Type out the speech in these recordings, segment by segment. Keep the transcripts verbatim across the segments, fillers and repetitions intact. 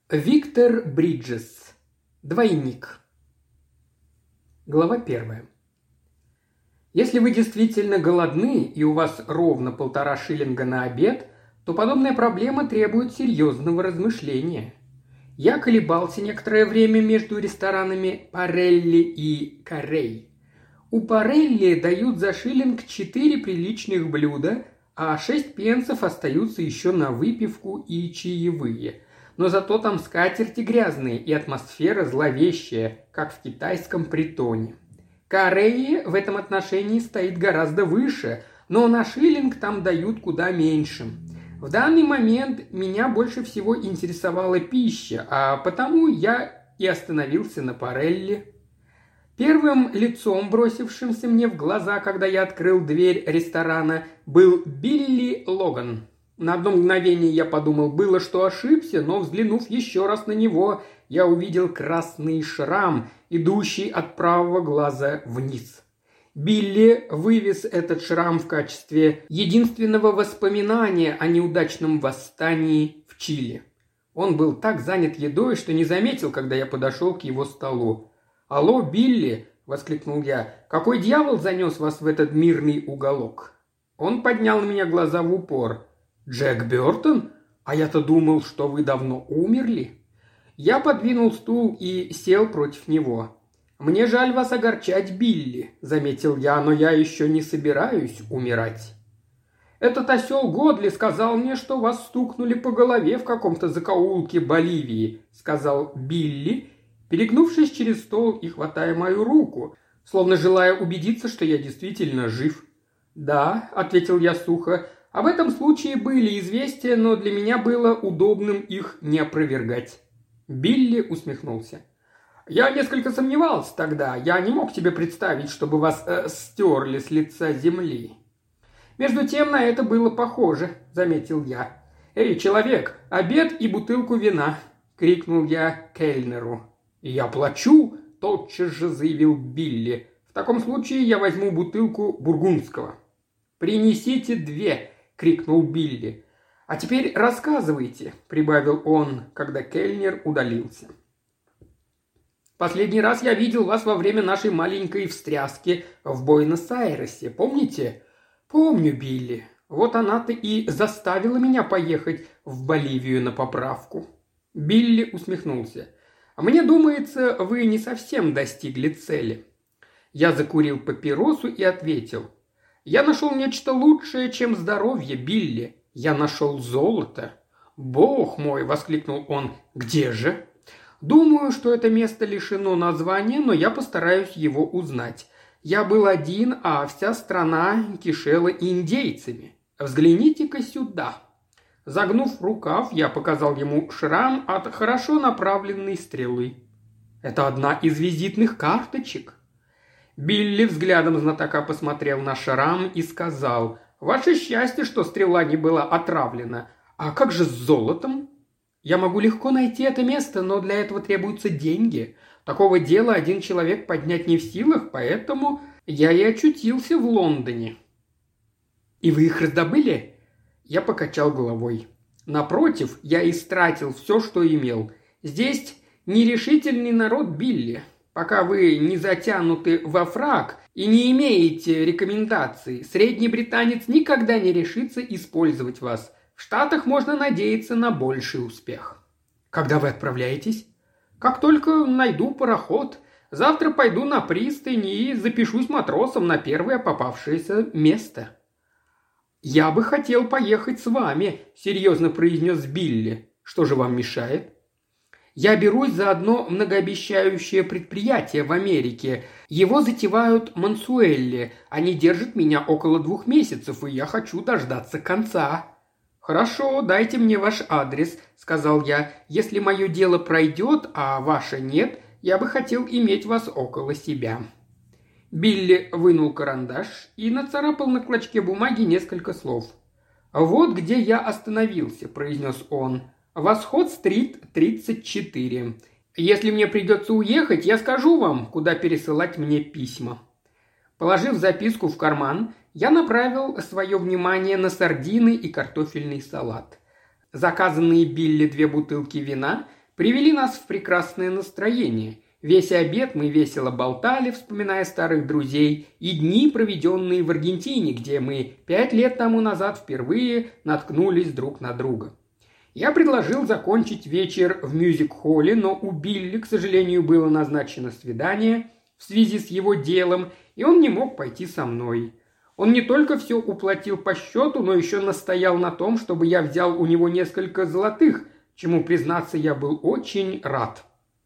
Виктор Бриджес. Двойник. Глава первая. Если вы действительно голодны и у вас ровно полтора шиллинга на обед, то подобная проблема требует серьезного размышления. Я колебался некоторое время между ресторанами Парелли и Карей. У Парелли дают за шиллинг четыре приличных блюда, а шесть пенсов остаются еще на выпивку и чаевые. Но зато там скатерти грязные и атмосфера зловещая, как в китайском притоне. Карей в этом отношении стоит гораздо выше, но на шиллинг там дают куда меньше. В данный момент меня больше всего интересовала пища, а потому я и остановился на Парелли. Первым лицом, бросившимся мне в глаза, когда я открыл дверь ресторана, был Билли Логан. На одно мгновение я подумал было, что ошибся, но, взглянув еще раз на него, я увидел красный шрам, идущий от правого глаза вниз. Билли вывез этот шрам в качестве единственного воспоминания о неудачном восстании в Чили. Он был так занят едой, что не заметил, когда я подошел к его столу. «Алло, Билли!» – воскликнул я. «Какой дьявол занес вас в этот мирный уголок?» Он поднял на меня глаза в упор. «Джек Бёртон? А я-то думал, что вы давно умерли». Я подвинул стул и сел против него. «Мне жаль вас огорчать, Билли», – заметил я, – «но я еще не собираюсь умирать». «Этот осел Годли сказал мне, что вас стукнули по голове в каком-то закоулке Боливии», – сказал Билли, перегнувшись через стол и хватая мою руку, словно желая убедиться, что я действительно жив. «Да», – ответил я сухо, – «об этом случае были известия, но для меня было удобным их не опровергать». Билли усмехнулся. «Я несколько сомневался тогда. Я не мог себе представить, чтобы вас э, стерли с лица земли». «Между тем на это было похоже», – заметил я. «Эй, человек, обед и бутылку вина», – крикнул я кельнеру. «Я плачу», – тотчас же заявил Билли. «В таком случае я возьму бутылку бургундского». «Принесите две», – крикнул Билли. «А теперь рассказывайте», – прибавил он, когда кельнер удалился. «Последний раз я видел вас во время нашей маленькой встряски в Буэнос-Айресе. Помните?» «Помню, Билли. Вот она-то и заставила меня поехать в Боливию на поправку». Билли усмехнулся. «Мне думается, вы не совсем достигли цели». Я закурил папиросу и ответил. «Я нашел нечто лучшее, чем здоровье, Билли. Я нашел золото». «Бог мой!» – воскликнул он. «Где же?» «Думаю, что это место лишено названия, но я постараюсь его узнать. Я был один, а вся страна кишела индейцами. Взгляните-ка сюда». Загнув рукав, я показал ему шрам от хорошо направленной стрелы. «Это одна из визитных карточек». Билли взглядом знатока посмотрел на шрам и сказал: «Ваше счастье, что стрела не была отравлена. А как же с золотом?» «Я могу легко найти это место, но для этого требуются деньги. Такого дела один человек поднять не в силах, поэтому я и очутился в Лондоне». «И вы их раздобыли?» Я покачал головой. «Напротив, я истратил все, что имел. Здесь нерешительный народ, Билли. Пока вы не затянуты во фрак и не имеете рекомендаций, средний британец никогда не решится использовать вас. В Штатах можно надеяться на больший успех». «Когда вы отправляетесь?» «Как только найду пароход. Завтра пойду на пристань и запишусь матросом на первое попавшееся место». «Я бы хотел поехать с вами», – серьезно произнес Билли. «Что же вам мешает?» «Я берусь за одно многообещающее предприятие в Америке. Его затевают Мансуэлли. Они держат меня около двух месяцев, и я хочу дождаться конца». «Хорошо, дайте мне ваш адрес», – сказал я. «Если мое дело пройдет, а ваше нет, я бы хотел иметь вас около себя». Билли вынул карандаш и нацарапал на клочке бумаги несколько слов. «Вот где я остановился», – произнес он. «Восход-стрит, тридцать четыре. Если мне придется уехать, я скажу вам, куда пересылать мне письма». Положив записку в карман, я направил свое внимание на сардины и картофельный салат. Заказанные Билли две бутылки вина привели нас в прекрасное настроение. Весь обед мы весело болтали, вспоминая старых друзей, и дни, проведенные в Аргентине, где мы пять лет тому назад впервые наткнулись друг на друга. Я предложил закончить вечер в мюзик-холле, но у Билли, к сожалению, было назначено свидание в связи с его делом, и он не мог пойти со мной. Он не только все уплатил по счету, но еще настоял на том, чтобы я взял у него несколько золотых, чему, признаться, я был очень рад.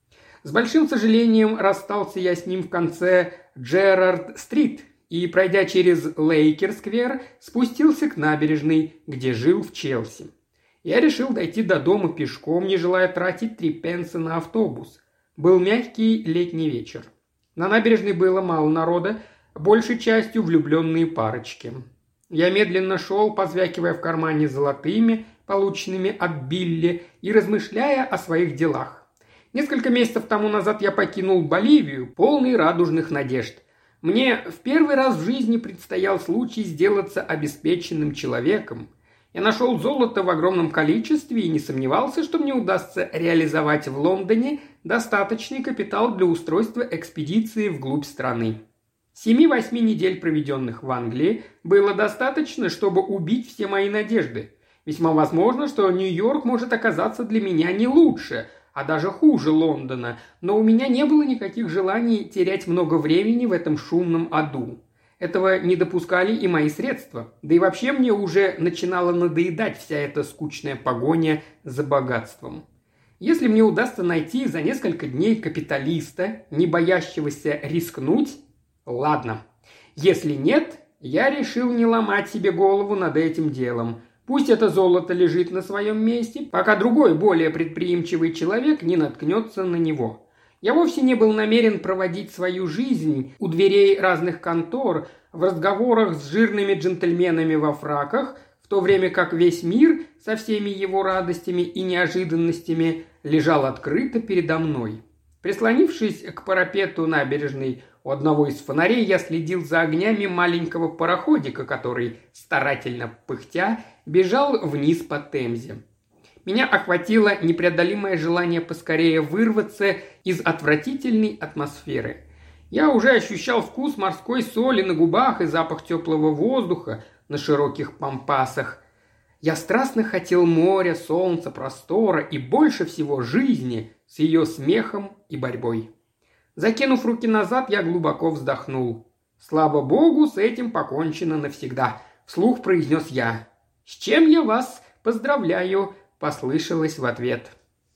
С большим сожалением расстался я с ним в конце Джерард-стрит и, пройдя через Лейкер-сквер, спустился к набережной, где жил в Челси. Я решил дойти до дома пешком, не желая тратить три пенса на автобус. Был мягкий летний вечер. На набережной было мало народа, большей частью влюбленные парочки. Я медленно шел, позвякивая в кармане золотыми, полученными от Билли, и размышляя о своих делах. Несколько месяцев тому назад я покинул Боливию, полный радужных надежд. Мне в первый раз в жизни предстоял случай сделаться обеспеченным человеком. Я нашел золото в огромном количестве и не сомневался, что мне удастся реализовать в Лондоне достаточный капитал для устройства экспедиции вглубь страны. Семи-восьми недель, проведенных в Англии, было достаточно, чтобы убить все мои надежды. Весьма возможно, что Нью-Йорк может оказаться для меня не лучше, а даже хуже Лондона, но у меня не было никаких желаний терять много времени в этом шумном аду. Этого не допускали и мои средства, да и вообще мне уже начинала надоедать вся эта скучная погоня за богатством. Если мне удастся найти за несколько дней капиталиста, не боящегося рискнуть, ладно. Если нет, я решил не ломать себе голову над этим делом. Пусть это золото лежит на своем месте, пока другой, более предприимчивый человек не наткнется на него. Я вовсе не был намерен проводить свою жизнь у дверей разных контор, в разговорах с жирными джентльменами во фраках, в то время как весь мир со всеми его радостями и неожиданностями лежал открыто передо мной. Прислонившись к парапету набережной у одного из фонарей, я следил за огнями маленького пароходика, который, старательно пыхтя, бежал вниз по Темзе. Меня охватило непреодолимое желание поскорее вырваться из отвратительной атмосферы. Я уже ощущал вкус морской соли на губах и запах теплого воздуха на широких пампасах. Я страстно хотел моря, солнца, простора и больше всего жизни с ее смехом и борьбой. Закинув руки назад, я глубоко вздохнул. «Слава богу, с этим покончено навсегда», – вслух произнес я. «С чем я вас поздравляю», – послышалось в ответ.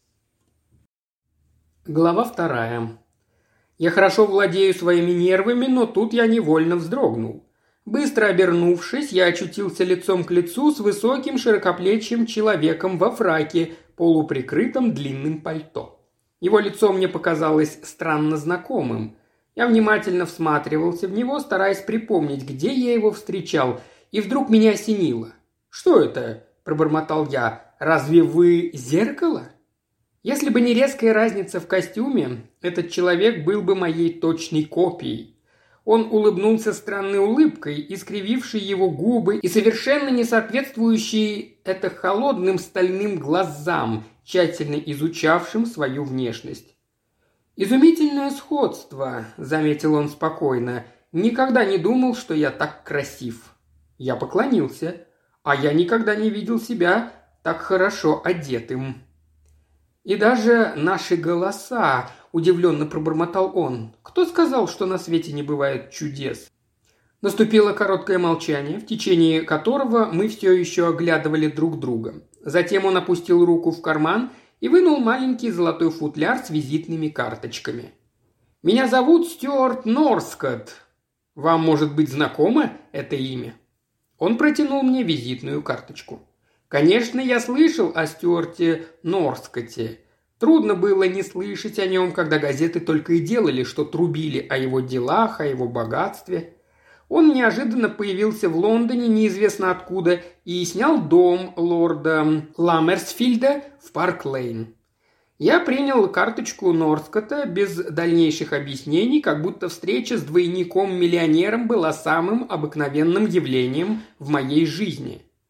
Глава вторая. Я хорошо владею своими нервами, но тут я невольно вздрогнул. Быстро обернувшись, я очутился лицом к лицу с высоким широкоплечим человеком во фраке, полуприкрытым длинным пальто. Его лицо мне показалось странно знакомым. Я внимательно всматривался в него, стараясь припомнить, где я его встречал, и вдруг меня осенило. «Что это?» – пробормотал я. «Разве вы зеркало?» Если бы не резкая разница в костюме, этот человек был бы моей точной копией. Он улыбнулся странной улыбкой, искривившей его губы и совершенно не соответствующей это холодным стальным глазам, тщательно изучавшим свою внешность. «Изумительное сходство», – заметил он спокойно. «Никогда не думал, что я так красив». Я поклонился. «А я никогда не видел себя так хорошо одетым». «И даже наши голоса», – удивленно пробормотал он. «Кто сказал, что на свете не бывает чудес?» Наступило короткое молчание, в течение которого мы все еще оглядывали друг друга. Затем он опустил руку в карман и вынул маленький золотой футляр с визитными карточками. «Меня зовут Стюарт Норскотт. Вам, может быть, знакомо это имя?» Он протянул мне визитную карточку. Конечно, я слышал о Стюарте Норскотте. Трудно было не слышать о нем, когда газеты только и делали, что трубили о его делах, о его богатстве. Он неожиданно появился в Лондоне неизвестно откуда и снял дом лорда Ламмерсфилда в Парк-Лейн. Я принял карточку Норскотта без дальнейших объяснений, как будто встреча с двойником-миллионером была самым обыкновенным явлением в моей жизни.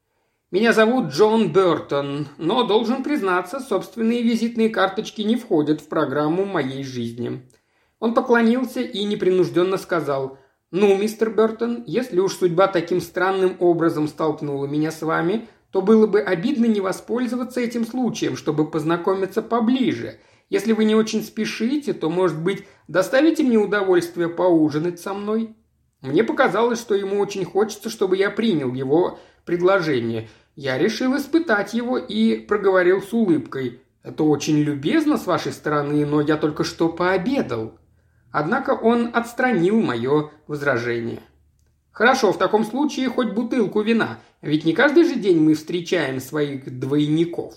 Меня зовут Джон Бертон, но, должен признаться, собственные визитные карточки не входят в программу моей жизни». Он поклонился и непринужденно сказал: «Ну, мистер Бертон, если уж судьба таким странным образом столкнула меня с вами, то было бы обидно не воспользоваться этим случаем, чтобы познакомиться поближе. Если вы не очень спешите, то, может быть, доставите мне удовольствие поужинать со мной?» Мне показалось, что ему очень хочется, чтобы я принял его предложение. Я решил испытать его и проговорил с улыбкой: «Это очень любезно с вашей стороны, но я только что пообедал». Однако он отстранил мое возражение. «Хорошо, в таком случае хоть бутылку вина, ведь не каждый же день мы встречаем своих двойников».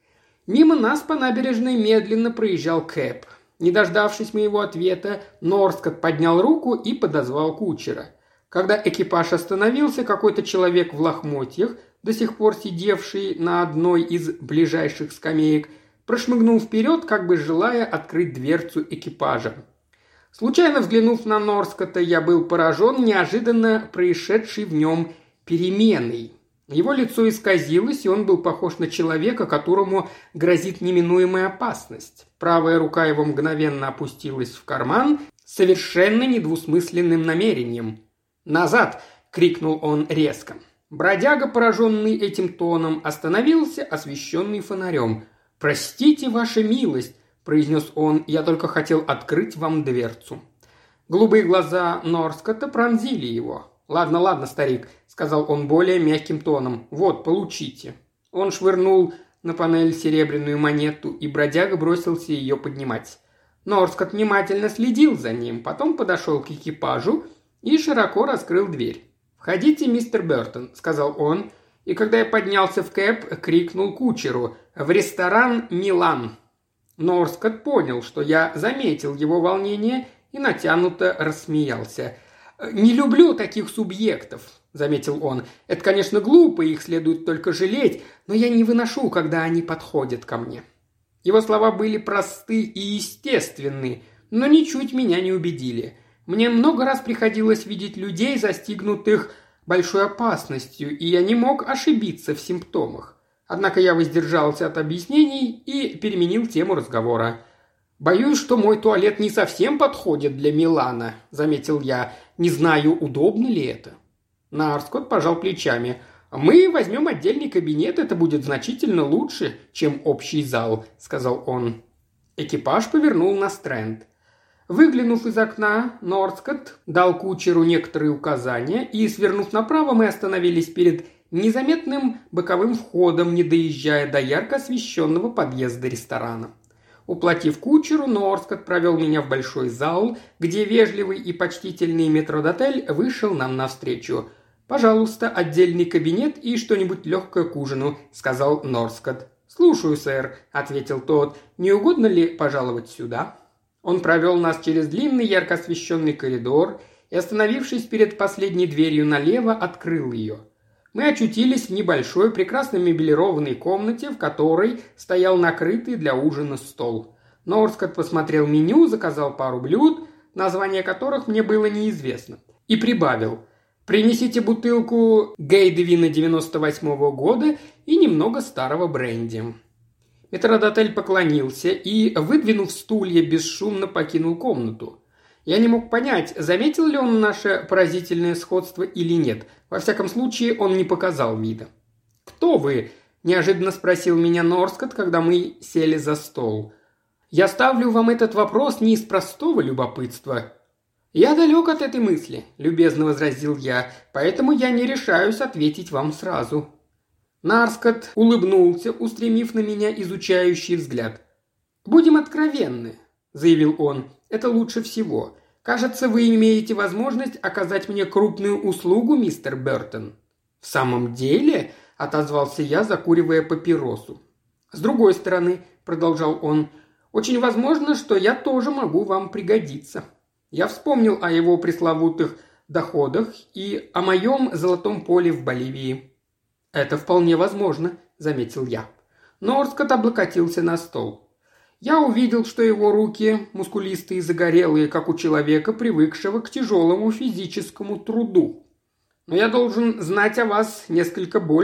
Мимо нас по набережной медленно проезжал Кэб. Не дождавшись моего ответа, Норскотт поднял руку и подозвал кучера. Когда экипаж остановился, какой-то человек в лохмотьях, до сих пор сидевший на одной из ближайших скамеек, прошмыгнул вперед, как бы желая открыть дверцу экипажа. Случайно взглянув на Норскотта, я был поражен неожиданно происшедшей в нем переменой. Его лицо исказилось, и он был похож на человека, которому грозит неминуемая опасность. Правая рука его мгновенно опустилась в карман с совершенно недвусмысленным намерением. «Назад!» – крикнул он резко. Бродяга, пораженный этим тоном, остановился, освещенный фонарем. «Простите, ваша милость!» – произнес он, – «я только хотел открыть вам дверцу». Голубые глаза Норскотта пронзили его. «Ладно, ладно, старик», – сказал он более мягким тоном. «Вот, получите». Он швырнул на панель серебряную монету, и бродяга бросился ее поднимать. Норскотт внимательно следил за ним, потом подошел к экипажу и широко раскрыл дверь. «Входите, мистер Бертон», – сказал он, и когда я поднялся в кэб, крикнул кучеру: «В ресторан «Милан». Норскотт понял, что я заметил его волнение, и натянуто рассмеялся. «Не люблю таких субъектов», – заметил он. «Это, конечно, глупо, их следует только жалеть, но я не выношу, когда они подходят ко мне». Его слова были просты и естественны, но ничуть меня не убедили. Мне много раз приходилось видеть людей, застигнутых большой опасностью, и я не мог ошибиться в симптомах. Однако я воздержался от объяснений и переменил тему разговора. «Боюсь, что мой туалет не совсем подходит для Милана», – заметил я. «Не знаю, удобно ли это». Норскотт пожал плечами. «Мы возьмем отдельный кабинет, это будет значительно лучше, чем общий зал», – сказал он. Экипаж повернул на Стрэнд. Выглянув из окна, Норскотт дал кучеру некоторые указания, и, свернув направо, мы остановились перед незаметным боковым входом, не доезжая до ярко освещенного подъезда ресторана. Уплатив кучеру, Норскотт провел меня в большой зал, где вежливый и почтительный метрдотель вышел нам навстречу. «Пожалуйста, отдельный кабинет и что-нибудь легкое к ужину», – сказал Норскотт. «Слушаю, сэр», – ответил тот. «Не угодно ли пожаловать сюда?» Он провел нас через длинный ярко освещенный коридор и, остановившись перед последней дверью налево, открыл ее. Мы очутились в небольшой, прекрасно мебелированной комнате, в которой стоял накрытый для ужина стол. Норскотт посмотрел меню, заказал пару блюд, название которых мне было неизвестно, и прибавил: «Принесите бутылку Гейдевина девяносто восьмого года и немного старого бренди». Метрдотель поклонился и, выдвинув стулья, бесшумно покинул комнату. Я не мог понять, заметил ли он наше поразительное сходство или нет. Во всяком случае, он не показал вида. «Кто вы?» – неожиданно спросил меня Норскотт, когда мы сели за стол. «Я ставлю вам этот вопрос не из простого любопытства». «Я далек от этой мысли», – любезно возразил я, – «поэтому я не решаюсь ответить вам сразу». Норскотт улыбнулся, устремив на меня изучающий взгляд. «Будем откровенны», – заявил он. «Это лучше всего. Кажется, вы имеете возможность оказать мне крупную услугу, мистер Бертон». «В самом деле?» – отозвался я, закуривая папиросу. «С другой стороны», – продолжал он, – «очень возможно, что я тоже могу вам пригодиться». Я вспомнил о его пресловутых доходах и о моем золотом поле в Боливии. «Это вполне возможно», – заметил я. Норскотт облокотился на стол. Я увидел, что его руки мускулистые и загорелые, как у человека, привыкшего к тяжелому физическому труду. «Но я должен знать о вас несколько больше», –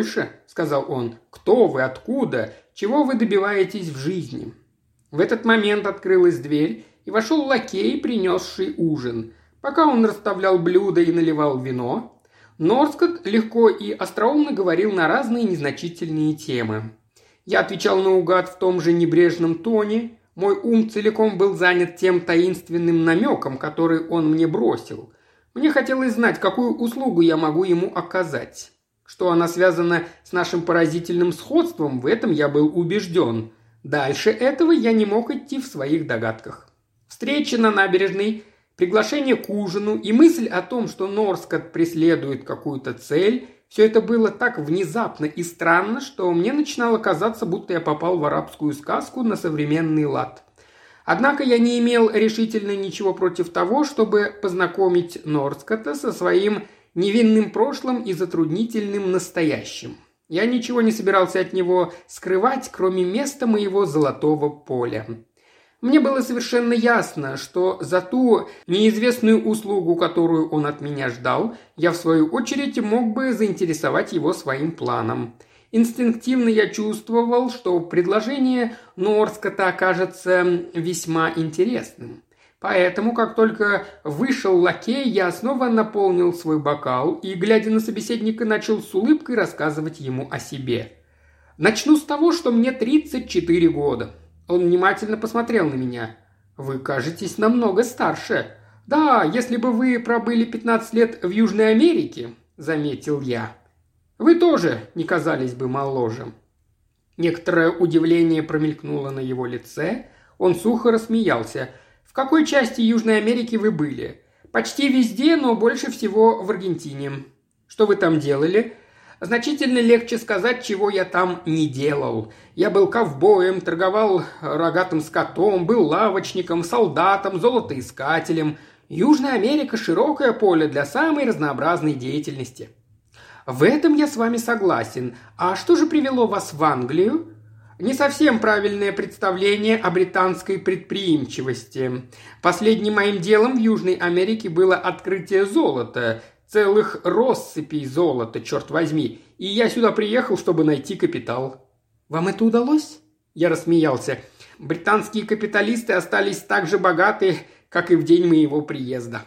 сказал он. «Кто вы? Откуда? Чего вы добиваетесь в жизни?» В этот момент открылась дверь, и вошел лакей, принесший ужин. Пока он расставлял блюда и наливал вино, Норскотт легко и остроумно говорил на разные незначительные темы. Я отвечал наугад в том же небрежном тоне. Мой ум целиком был занят тем таинственным намеком, который он мне бросил. Мне хотелось знать, какую услугу я могу ему оказать. Что она связана с нашим поразительным сходством, в этом я был убежден. Дальше этого я не мог идти в своих догадках. Встреча на набережной, приглашение к ужину и мысль о том, что Норскотт преследует какую-то цель, все это было так внезапно и странно, что мне начинало казаться, будто я попал в арабскую сказку на современный лад. Однако я не имел решительно ничего против того, чтобы познакомить Норскотта со своим невинным прошлым и затруднительным настоящим. Я ничего не собирался от него скрывать, кроме места моего золотого поля. Мне было совершенно ясно, что за ту неизвестную услугу, которую он от меня ждал, я в свою очередь мог бы заинтересовать его своим планом. Инстинктивно я чувствовал, что предложение Норскотта окажется весьма интересным. Поэтому, как только вышел лакей, я снова наполнил свой бокал и, глядя на собеседника, начал с улыбкой рассказывать ему о себе. Начну с того, что мне тридцать четыре года. Он внимательно посмотрел на меня. «Вы кажетесь намного старше». «Да, если бы вы пробыли пятнадцать лет в Южной Америке», – заметил я. «Вы тоже не казались бы моложе». Некоторое удивление промелькнуло на его лице. Он сухо рассмеялся. «В какой части Южной Америки вы были?» «Почти везде, но больше всего в Аргентине». «Что вы там делали?» «Значительно легче сказать, чего я там не делал. Я был ковбоем, торговал рогатым скотом, был лавочником, солдатом, золотоискателем. Южная Америка – широкое поле для самой разнообразной деятельности». «В этом я с вами согласен. А что же привело вас в Англию?» Не совсем правильное представление о британской предприимчивости. Последним моим делом в Южной Америке было открытие золота, целых россыпей золота, черт возьми, и я сюда приехал, чтобы найти капитал. Вам это удалось? Я рассмеялся. Британские капиталисты остались так же богаты, как и в день моего приезда.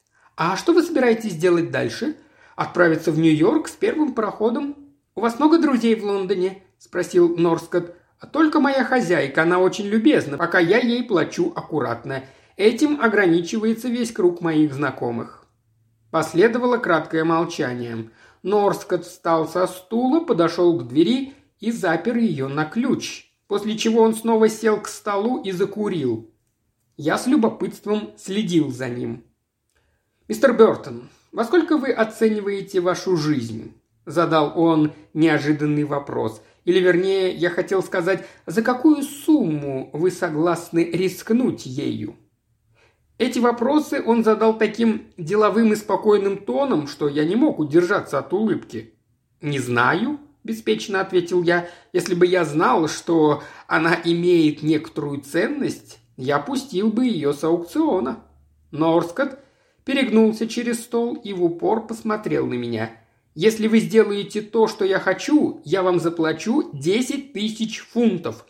А что вы собираетесь делать дальше? Отправиться в Нью-Йорк с первым пароходом? У вас много друзей в Лондоне? Спросил Норскотт. «Только моя хозяйка, она очень любезна, пока я ей плачу аккуратно. Этим ограничивается весь круг моих знакомых». Последовало краткое молчание. Норскотт встал со стула, подошел к двери и запер ее на ключ, после чего он снова сел к столу и закурил. Я с любопытством следил за ним. «Мистер Бёртон, во сколько вы оцениваете вашу жизнь?» – задал он неожиданный вопрос – или, вернее, я хотел сказать, за какую сумму вы согласны рискнуть ею? Эти вопросы он задал таким деловым и спокойным тоном, что я не мог удержаться от улыбки. «Не знаю», – беспечно ответил я. «Если бы я знал, что она имеет некоторую ценность, я пустил бы ее с аукциона». Норскотт перегнулся через стол и в упор посмотрел на меня. «Если вы сделаете то, что я хочу, я вам заплачу десять тысяч фунтов».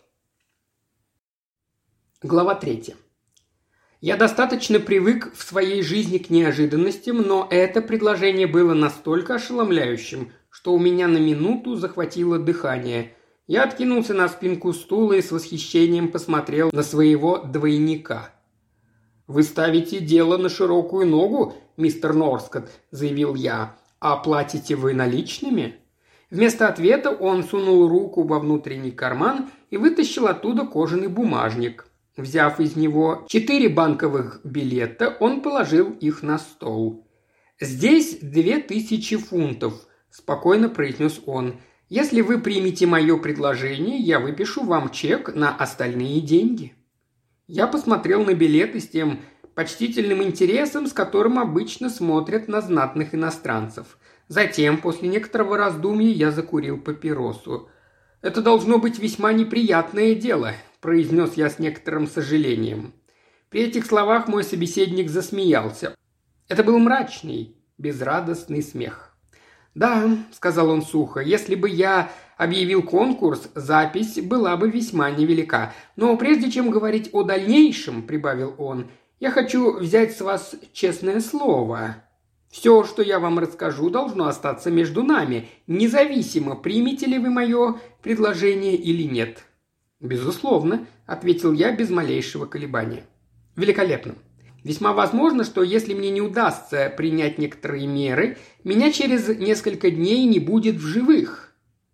Глава третья. Я достаточно привык в своей жизни к неожиданностям, но это предложение было настолько ошеломляющим, что у меня на минуту захватило дыхание. Я откинулся на спинку стула и с восхищением посмотрел на своего двойника. «Вы ставите дело на широкую ногу, мистер Норскотт», – заявил я. «А платите вы наличными?» Вместо ответа он сунул руку во внутренний карман и вытащил оттуда кожаный бумажник. Взяв из него четыре банковых билета, он положил их на стол. «Здесь две тысячи фунтов», – спокойно произнес он. «Если вы примете мое предложение, я выпишу вам чек на остальные деньги». Я посмотрел на билеты с тем почтительным интересом, с которым обычно смотрят на знатных иностранцев. Затем, после некоторого раздумья, я закурил папиросу. «Это должно быть весьма неприятное дело», – произнес я с некоторым сожалением. При этих словах мой собеседник засмеялся. Это был мрачный, безрадостный смех. «Да», – сказал он сухо, – «если бы я объявил конкурс, запись была бы весьма невелика. Но прежде чем говорить о дальнейшем», – прибавил он, – «я хочу взять с вас честное слово. Все, что я вам расскажу, должно остаться между нами, независимо, примете ли вы мое предложение или нет». «Безусловно», – ответил я без малейшего колебания. «Великолепно. Весьма возможно, что если мне не удастся принять некоторые меры, меня через несколько дней не будет в живых».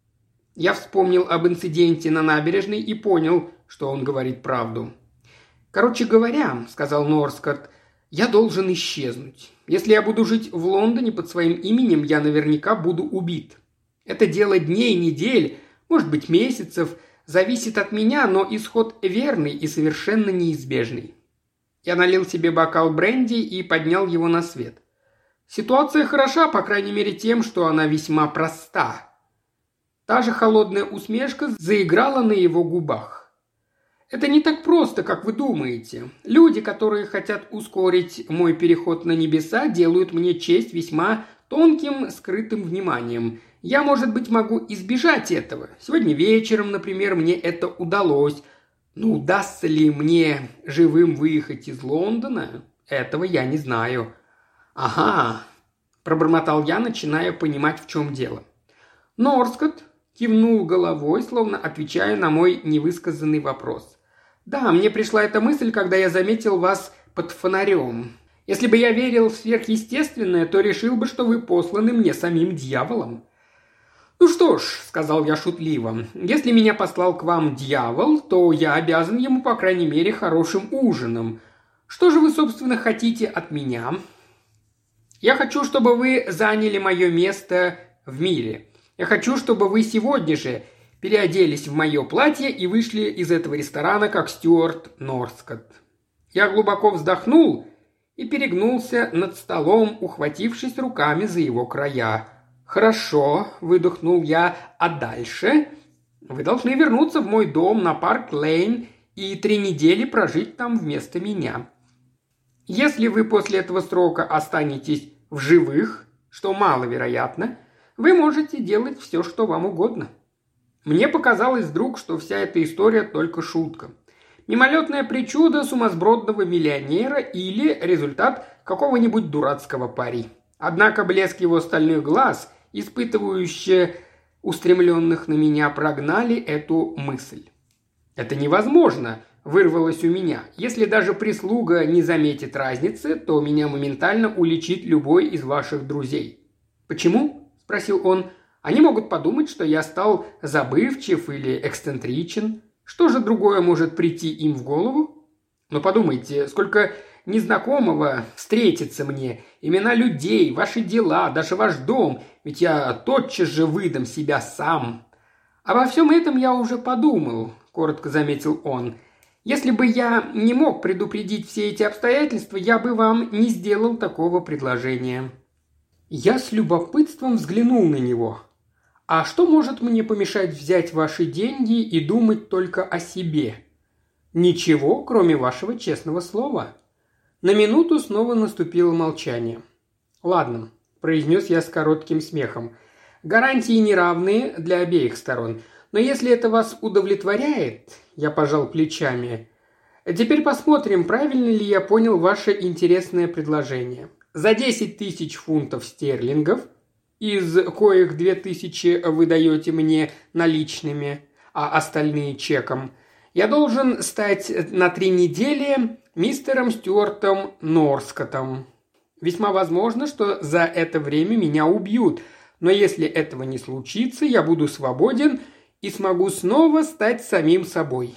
Я вспомнил об инциденте на набережной и понял, что он говорит правду. «Короче говоря», – сказал Норскотт, – «я должен исчезнуть. Если я буду жить в Лондоне под своим именем, я наверняка буду убит. Это дело дней, недель, может быть, месяцев, зависит от меня, но исход верный и совершенно неизбежный». Я налил себе бокал бренди и поднял его на свет. Ситуация хороша, по крайней мере, тем, что она весьма проста. Та же холодная усмешка заиграла на его губах. «Это не так просто, как вы думаете. Люди, которые хотят ускорить мой переход на небеса, делают мне честь весьма тонким, скрытым вниманием. Я, может быть, могу избежать этого. Сегодня вечером, например, мне это удалось. Но удастся ли мне живым выехать из Лондона, этого я не знаю». «Ага», – пробормотал я, начиная понимать, в чем дело. Норскотт кивнул головой, словно отвечая на мой невысказанный вопрос. «Да, мне пришла эта мысль, когда я заметил вас под фонарем. Если бы я верил в сверхъестественное, то решил бы, что вы посланы мне самим дьяволом». «Ну что ж», – сказал я шутливо, – «если меня послал к вам дьявол, то я обязан ему, по крайней мере, хорошим ужином. Что же вы, собственно, хотите от меня?» «Я хочу, чтобы вы заняли мое место в мире. Я хочу, чтобы вы сегодня же переоделись в мое платье и вышли из этого ресторана, как Стюарт Норскотт». Я глубоко вздохнул и перегнулся над столом, ухватившись руками за его края. «Хорошо», – выдохнул я, – «а дальше? Вы должны вернуться в мой дом на Парк-Лейн и три недели прожить там вместо меня. Если вы после этого срока останетесь в живых, что маловероятно, вы можете делать все, что вам угодно». Мне показалось вдруг, что вся эта история только шутка. Мимолетное причудо сумасбродного миллионера или результат какого-нибудь дурацкого пари. Однако блеск его стальных глаз, испытывающие устремленных на меня, прогнали эту мысль. «Это невозможно», – вырвалось у меня. «Если даже прислуга не заметит разницы, то меня моментально уличит любой из ваших друзей». «Почему?» – спросил он. «Они могут подумать, что я стал забывчив или эксцентричен. Что же другое может прийти им в голову? Но подумайте, сколько незнакомого встретится мне, имена людей, ваши дела, даже ваш дом, ведь я тотчас же выдам себя сам». «Обо всем этом я уже подумал», – коротко заметил он. «Если бы я не мог предупредить все эти обстоятельства, я бы вам не сделал такого предложения». Я с любопытством взглянул на него. «А что может мне помешать взять ваши деньги и думать только о себе?» «Ничего, кроме вашего честного слова». На минуту снова наступило молчание. «Ладно», – произнес я с коротким смехом. «Гарантии неравные для обеих сторон. Но если это вас удовлетворяет», – я пожал плечами, – «теперь посмотрим, правильно ли я понял ваше интересное предложение. За десять тысяч фунтов стерлингов, из коих две тысячи вы даете мне наличными, а остальные чеком, я должен стать на три недели мистером Стюартом Норскоттом. Весьма возможно, что за это время меня убьют, но если этого не случится, я буду свободен и смогу снова стать самим собой».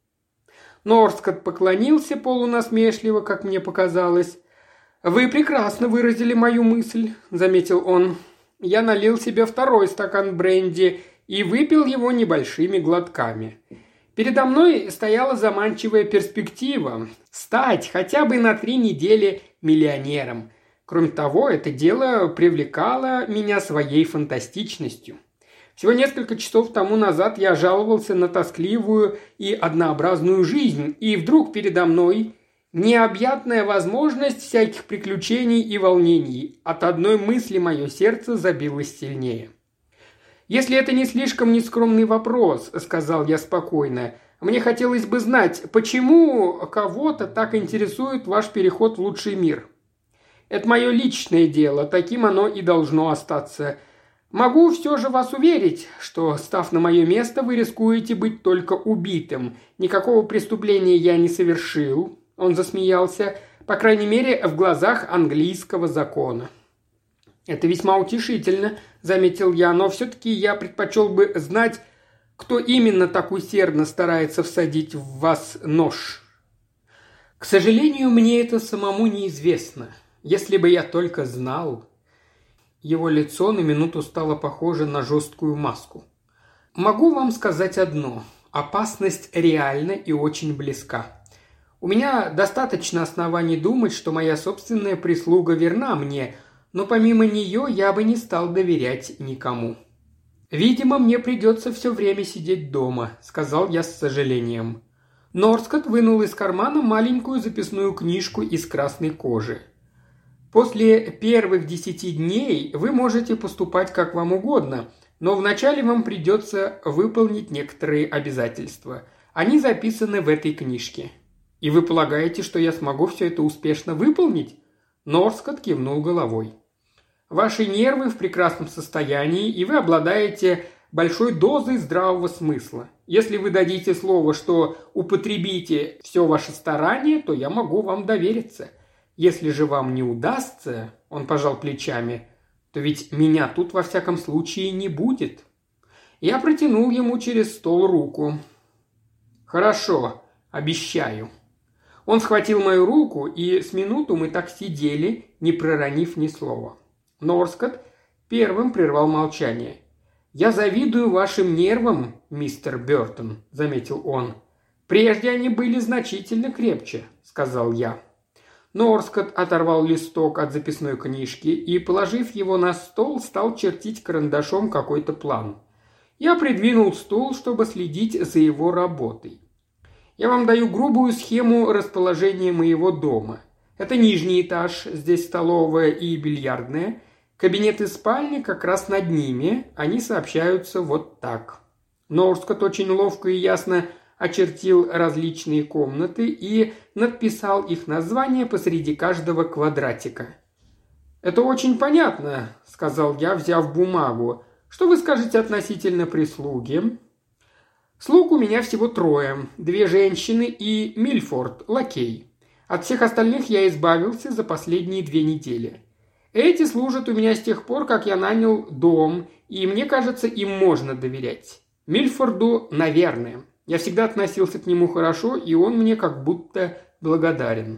Норскотт поклонился полунасмешливо, как мне показалось. «Вы прекрасно выразили мою мысль», – заметил он. Я налил себе второй стакан бренди и выпил его небольшими глотками. Передо мной стояла заманчивая перспектива – стать хотя бы на три недели миллионером. Кроме того, это дело привлекало меня своей фантастичностью. Всего несколько часов тому назад я жаловался на тоскливую и однообразную жизнь, и вдруг передо мной Необъятная возможность всяких приключений и волнений. От одной мысли мое сердце забилось сильнее. «Если это не слишком нескромный вопрос», – сказал я спокойно, – «мне хотелось бы знать, почему кого-то так интересует ваш переход в лучший мир?» «Это мое личное дело, таким оно и должно остаться. Могу все же вас уверить, что, став на мое место, вы рискуете быть только убитым. Никакого преступления я не совершил», – он засмеялся, – «по крайней мере, в глазах английского закона». «Это весьма утешительно», – заметил я, – «но все-таки я предпочел бы знать, кто именно так усердно старается всадить в вас нож». «К сожалению, мне это самому неизвестно. Если бы я только знал...» Его лицо на минуту стало похоже на жесткую маску. «Могу вам сказать одно. Опасность реальна и очень близка. У меня достаточно оснований думать, что моя собственная прислуга верна мне, но помимо нее я бы не стал доверять никому». «Видимо, мне придется все время сидеть дома», – сказал я с сожалением. Норскотт вынул из кармана маленькую записную книжку из красной кожи. «После первых десяти дней вы можете поступать как вам угодно, но вначале вам придется выполнить некоторые обязательства. Они записаны в этой книжке. И вы полагаете, что я смогу все это успешно выполнить?» Норскотт кивнул головой. «Ваши нервы в прекрасном состоянии, и вы обладаете большой дозой здравого смысла. Если вы дадите слово, что употребите все ваше старание, то я могу вам довериться. Если же вам не удастся, — он пожал плечами, — то ведь меня тут во всяком случае не будет». Я протянул ему через стол руку. «Хорошо, обещаю». Он схватил мою руку, и с минуту мы так сидели, не проронив ни слова. Норскотт первым прервал молчание. «Я завидую вашим нервам, мистер Бёртон», — заметил он. «Прежде они были значительно крепче», — сказал я. Норскотт оторвал листок от записной книжки и, положив его на стол, стал чертить карандашом какой-то план. Я придвинул стул, чтобы следить за его работой. «Я вам даю грубую схему расположения моего дома. Это нижний этаж, здесь столовая и бильярдная. Кабинет и спальня как раз над ними, они сообщаются вот так». Норскотт очень ловко и ясно очертил различные комнаты и надписал их названия посреди каждого квадратика. «Это очень понятно», – сказал я, взяв бумагу. «Что вы скажете относительно прислуги?» «Слуг у меня всего трое. Две женщины и Мильфорд, лакей. От всех остальных я избавился за последние две недели. Эти служат у меня с тех пор, как я нанял дом, и мне кажется, им можно доверять. Мильфорду, наверное. Я всегда относился к нему хорошо, и он мне как будто благодарен».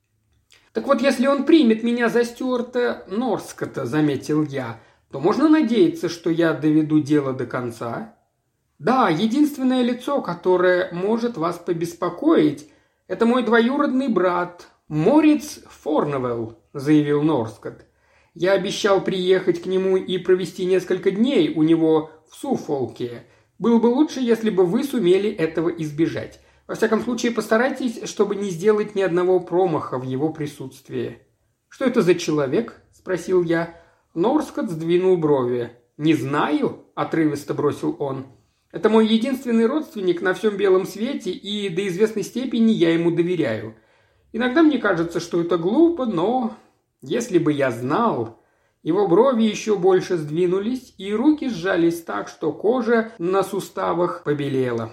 «Так вот, если он примет меня за Стюарта Норскотта, — заметил я, — то можно надеяться, что я доведу дело до конца?» «Да, единственное лицо, которое может вас побеспокоить, это мой двоюродный брат, Мориц Форневелл», — заявил Норскотт. «Я обещал приехать к нему и провести несколько дней у него в Суффолке. Было бы лучше, если бы вы сумели этого избежать. Во всяком случае, постарайтесь, чтобы не сделать ни одного промаха в его присутствии». «Что это за человек?» – спросил я. Норскотт сдвинул брови. «Не знаю», – отрывисто бросил он. «Это мой единственный родственник на всем белом свете, и до известной степени я ему доверяю. Иногда мне кажется, что это глупо, но если бы я знал...» Его брови еще больше сдвинулись, и руки сжались так, что кожа на суставах побелела.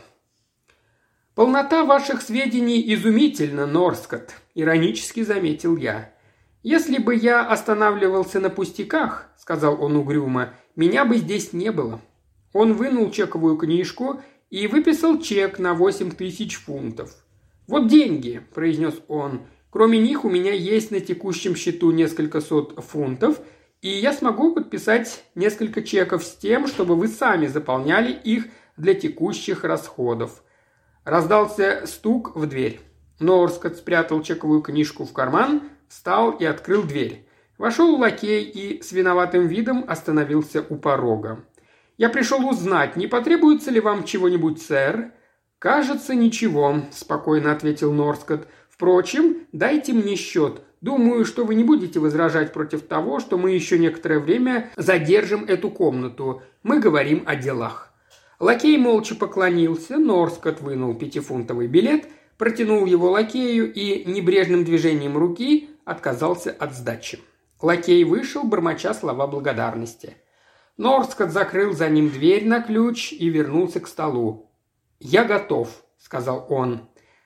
«Полнота ваших сведений изумительна, Норскотт», – иронически заметил я. «Если бы я останавливался на пустяках, – сказал он угрюмо, – меня бы здесь не было». Он вынул чековую книжку и выписал чек на восемь тысяч фунтов. «Вот деньги», – произнес он. «Кроме них у меня есть на текущем счету несколько сот фунтов, и я смогу подписать несколько чеков с тем, чтобы вы сами заполняли их для текущих расходов». Раздался стук в дверь. Норскотт спрятал чековую книжку в карман, встал и открыл дверь. Вошел лакей и с виноватым видом остановился у порога. «Я пришел узнать, не потребуется ли вам чего-нибудь, сэр?» «Кажется, ничего», – спокойно ответил Норскотт. «Впрочем, дайте мне счет. Думаю, что вы не будете возражать против того, что мы еще некоторое время задержим эту комнату. Мы говорим о делах». Лакей молча поклонился, Норскотт вынул пятифунтовый билет, протянул его лакею и небрежным движением руки отказался от сдачи. Лакей вышел, бормоча слова благодарности. Норскотт закрыл за ним дверь на ключ и вернулся к столу. «Я готов», — сказал он.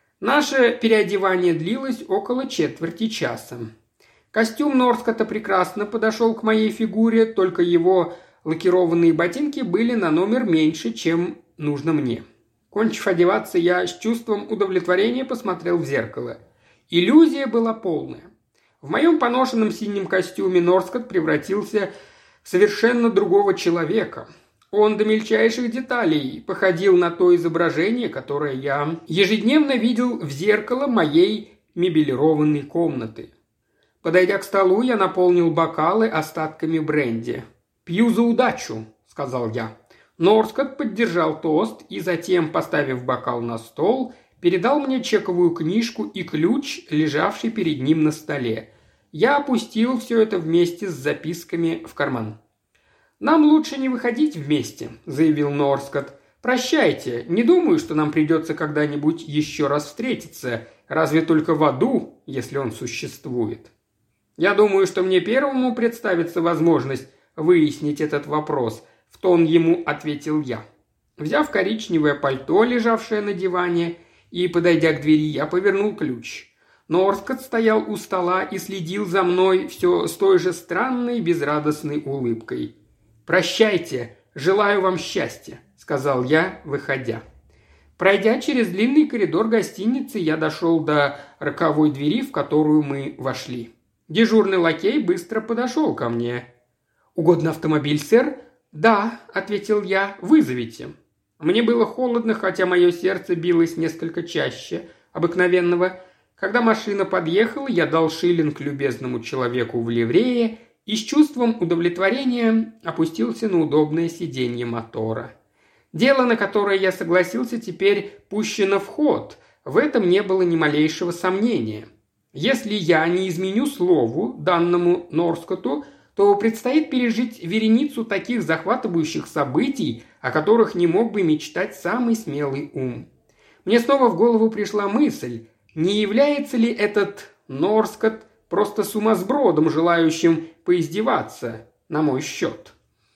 Наше переодевание длилось около четверти часа. Костюм Норскотта прекрасно подошел к моей фигуре, только его лакированные ботинки были на номер меньше, чем нужно мне. Кончив одеваться, я с чувством удовлетворения посмотрел в зеркало. Иллюзия была полная. В моем поношенном синем костюме Норскотт превратился в совершенно другого человека. Он до мельчайших деталей походил на то изображение, которое я ежедневно видел в зеркало моей мебелированной комнаты. Подойдя к столу, я наполнил бокалы остатками бренди. «Пью за удачу», — сказал я. Норскотт поддержал тост и затем, поставив бокал на стол, передал мне чековую книжку и ключ, лежавший перед ним на столе. Я опустил все это вместе с записками в карман. «Нам лучше не выходить вместе», — заявил Норскотт. «Прощайте. Не думаю, что нам придется когда-нибудь еще раз встретиться, разве только в аду, если он существует. Я думаю, что мне первому представится возможность выяснить этот вопрос», — в тон ему ответил я. Взяв коричневое пальто, лежавшее на диване, и, подойдя к двери, я повернул ключ. Норскотт стоял у стола и следил за мной все с той же странной безрадостной улыбкой. «Прощайте, желаю вам счастья», — сказал я, выходя. Пройдя через длинный коридор гостиницы, я дошел до роковой двери, в которую мы вошли. Дежурный лакей быстро подошел ко мне. «Угодно автомобиль, сэр?» «Да», — ответил я, — «вызовите». Мне было холодно, хотя мое сердце билось несколько чаще обыкновенного. Когда машина подъехала, я дал шиллинг любезному человеку в ливрее и с чувством удовлетворения опустился на удобное сиденье мотора. Дело, на которое я согласился, теперь пущено в ход. В этом не было ни малейшего сомнения. Если я не изменю слову, данному Норскотту, то предстоит пережить вереницу таких захватывающих событий, о которых не мог бы мечтать самый смелый ум. Мне снова в голову пришла мысль, не является ли этот Норскотт просто сумасбродом, желающим поиздеваться на мой счет.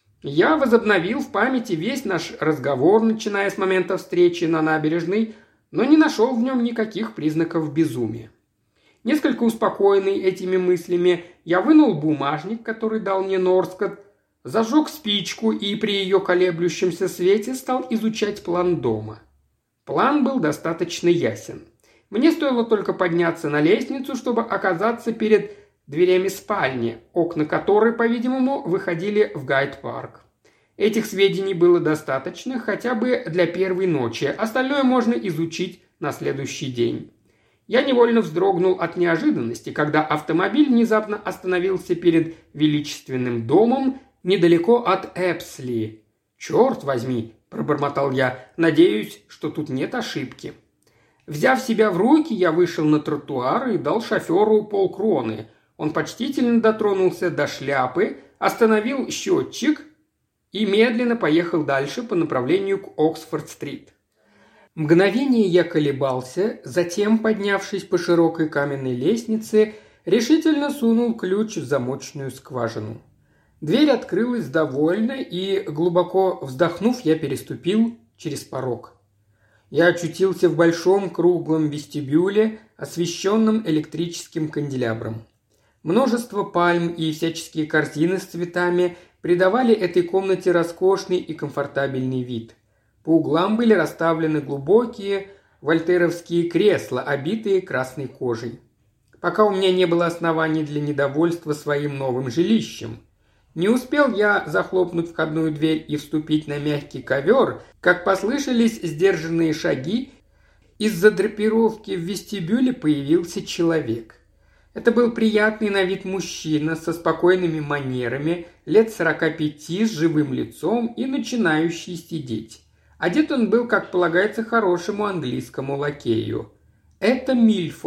Я возобновил в памяти весь наш разговор, начиная с момента встречи на набережной, но не нашел в нем никаких признаков безумия. Несколько успокоенный этими мыслями, я вынул бумажник, который дал мне Норскотт, зажег спичку и при ее колеблющемся свете стал изучать план дома. План был достаточно ясен. Мне стоило только подняться на лестницу, чтобы оказаться перед дверями спальни, окна которой, по-видимому, выходили в Гайд-парк. Этих сведений было достаточно хотя бы для первой ночи, остальное можно изучить на следующий день. Я невольно вздрогнул от неожиданности, когда автомобиль внезапно остановился перед величественным домом недалеко от Эпсли. «Черт возьми!» – пробормотал я. «Надеюсь, что тут нет ошибки». Взяв себя в руки, я вышел на тротуар и дал шоферу полкроны. Он почтительно дотронулся до шляпы, остановил счетчик и медленно поехал дальше по направлению к Оксфорд-стрит. Мгновение я колебался, затем, поднявшись по широкой каменной лестнице, решительно сунул ключ в замочную скважину. Дверь открылась довольно, и, глубоко вздохнув, я переступил через порог. Я очутился в большом круглом вестибюле, освещенном электрическим канделябром. Множество пальм и всяческие корзины с цветами придавали этой комнате роскошный и комфортабельный вид. По углам были расставлены глубокие вольтеровские кресла, обитые красной кожей. Пока у меня не было оснований для недовольства своим новым жилищем. Не успел я захлопнуть входную дверь и вступить на мягкий ковер, как послышались сдержанные шаги. Из-за драпировки в вестибюле появился человек. Это был приятный на вид мужчина со спокойными манерами, лет сорока пяти, с живым лицом и начинающий сидеть. Одет он был, как полагается, хорошему английскому лакею. «Это Мильфорд»,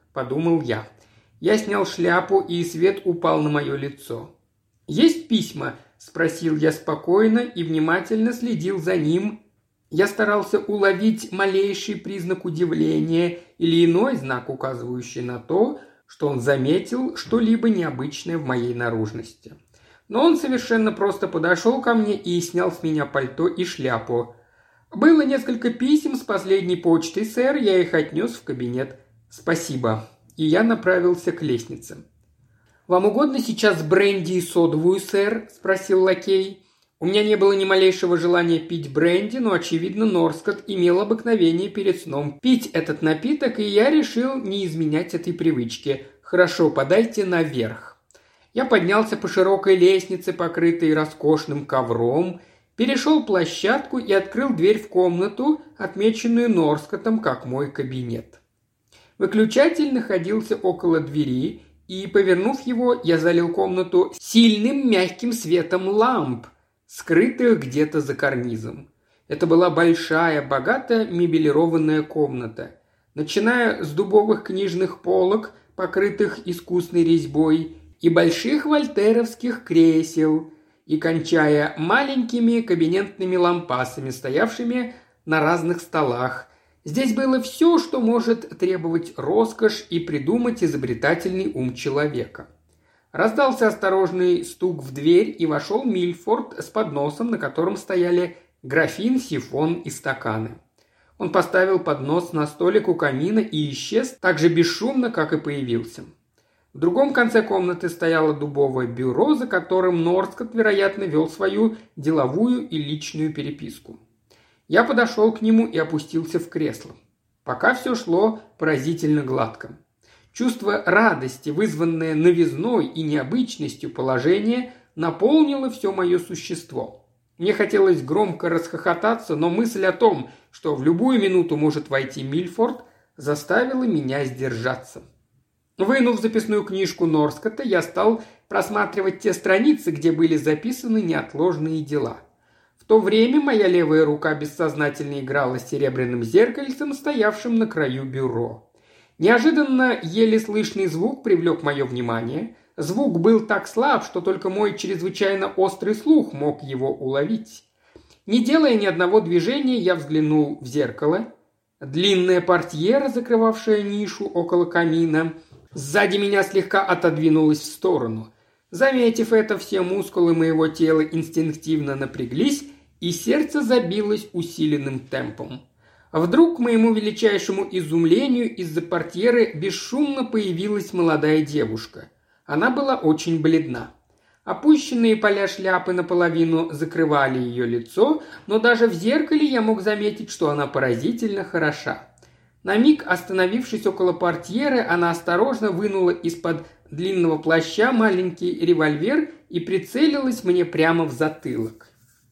– подумал я. Я снял шляпу, и свет упал на мое лицо. «Есть письма?» – спросил я спокойно и внимательно следил за ним. Я старался уловить малейший признак удивления или иной знак, указывающий на то, что он заметил что-либо необычное в моей наружности. Но он совершенно просто подошел ко мне и снял с меня пальто и шляпу. «Было несколько писем с последней почтой, сэр, я их отнес в кабинет. Спасибо». И я направился к лестнице. «Вам угодно сейчас бренди и содовую, сэр?» – спросил лакей. У меня не было ни малейшего желания пить бренди, но, очевидно, Норскотт имел обыкновение перед сном пить этот напиток, и я решил не изменять этой привычке. «Хорошо, подайте наверх». Я поднялся по широкой лестнице, покрытой роскошным ковром, перешел площадку и открыл дверь в комнату, отмеченную Норскоттом как мой кабинет. Выключатель находился около двери, и, повернув его, я залил комнату сильным мягким светом ламп, скрытых где-то за карнизом. Это была большая, богато мебелированная комната. Начиная с дубовых книжных полок, покрытых искусной резьбой, и больших вольтеровских кресел, и кончая маленькими кабинетными лампасами, стоявшими на разных столах. Здесь было все, что может требовать роскошь и придумать изобретательный ум человека. Раздался осторожный стук в дверь, и вошел Мильфорд с подносом, на котором стояли графин, сифон и стаканы. Он поставил поднос на столик у камина и исчез так же бесшумно, как и появился. В другом конце комнаты стояло дубовое бюро, за которым Норскотт, вероятно, вел свою деловую и личную переписку. Я подошел к нему и опустился в кресло. Пока все шло поразительно гладко. Чувство радости, вызванное новизной и необычностью положения, наполнило все мое существо. Мне хотелось громко расхохотаться, но мысль о том, что в любую минуту может войти Мильфорд, заставила меня сдержаться. Вынув записную книжку Норскотта, я стал просматривать те страницы, где были записаны неотложные дела. В то время моя левая рука бессознательно играла с серебряным зеркальцем, стоявшим на краю бюро. Неожиданно еле слышный звук привлек мое внимание. Звук был так слаб, что только мой чрезвычайно острый слух мог его уловить. Не делая ни одного движения, я взглянул в зеркало. Длинная портьера, закрывавшая нишу около камина, сзади меня слегка отодвинулась в сторону. Заметив это, все мускулы моего тела инстинктивно напряглись, и сердце забилось усиленным темпом. Вдруг, к моему величайшему изумлению, из-за портьеры бесшумно появилась молодая девушка. Она была очень бледна. Опущенные поля шляпы наполовину закрывали ее лицо, но даже в зеркале я мог заметить, что она поразительно хороша. На миг, остановившись около портьеры, она осторожно вынула из-под длинного плаща маленький револьвер и прицелилась мне прямо в затылок.